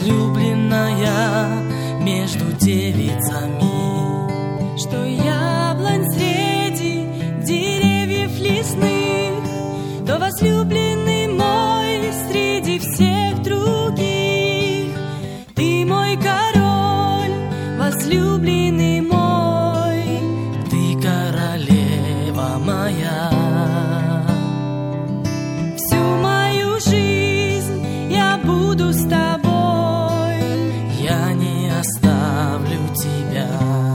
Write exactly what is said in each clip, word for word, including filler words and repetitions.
возлюбленная между девицами, что яблонь среди деревьев лесных, то возлюбленный мой среди всех других. Ты мой король, возлюбленный мой, ты королева моя. Всю мою жизнь я буду с тобой, я не оставлю тебя.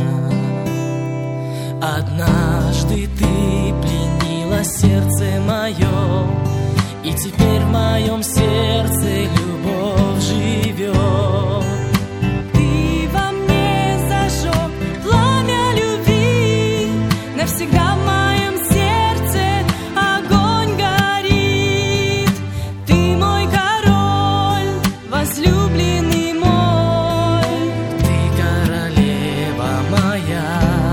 Однажды ты пленила сердце мое, и теперь в моем сердце любовь живет. Ты во мне зажег пламя любви, навсегда в моем сердце огонь горит. Ты мой король, возлюбленный мой, ты королева моя.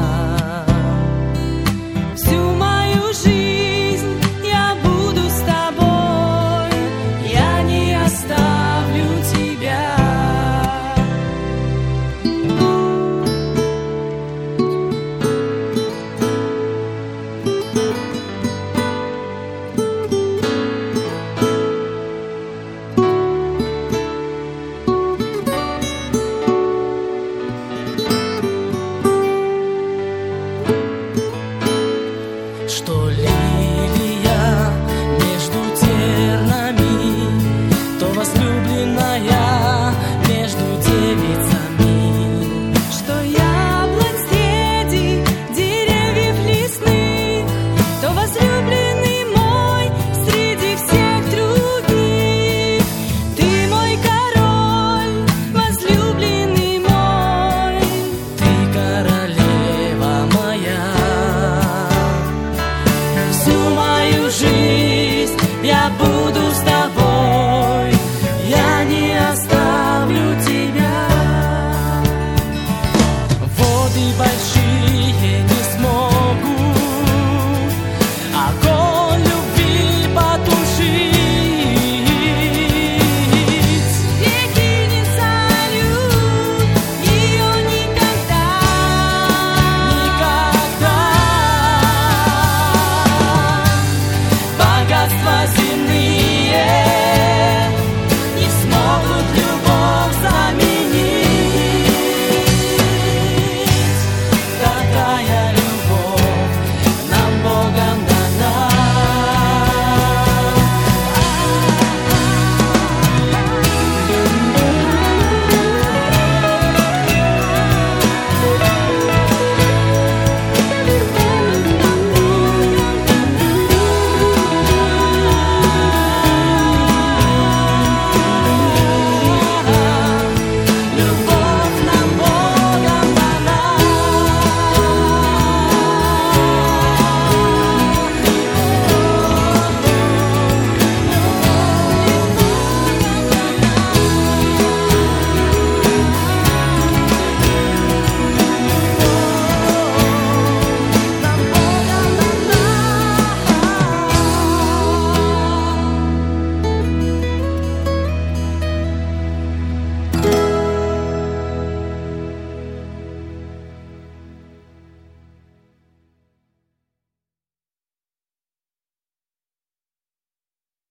всю мою жизнь я буду с тобой, я не оставлю тебя. Что лилия между тернами, то возлюбленная между девицами, Что яблонь среди деревьев лесных, то возлюбленный мой среди всех других. Ты мой король, возлюбленный мой, ты королева моя. Всю мою жизнь я буду с тобой, я не оставлю тебя. Воды большие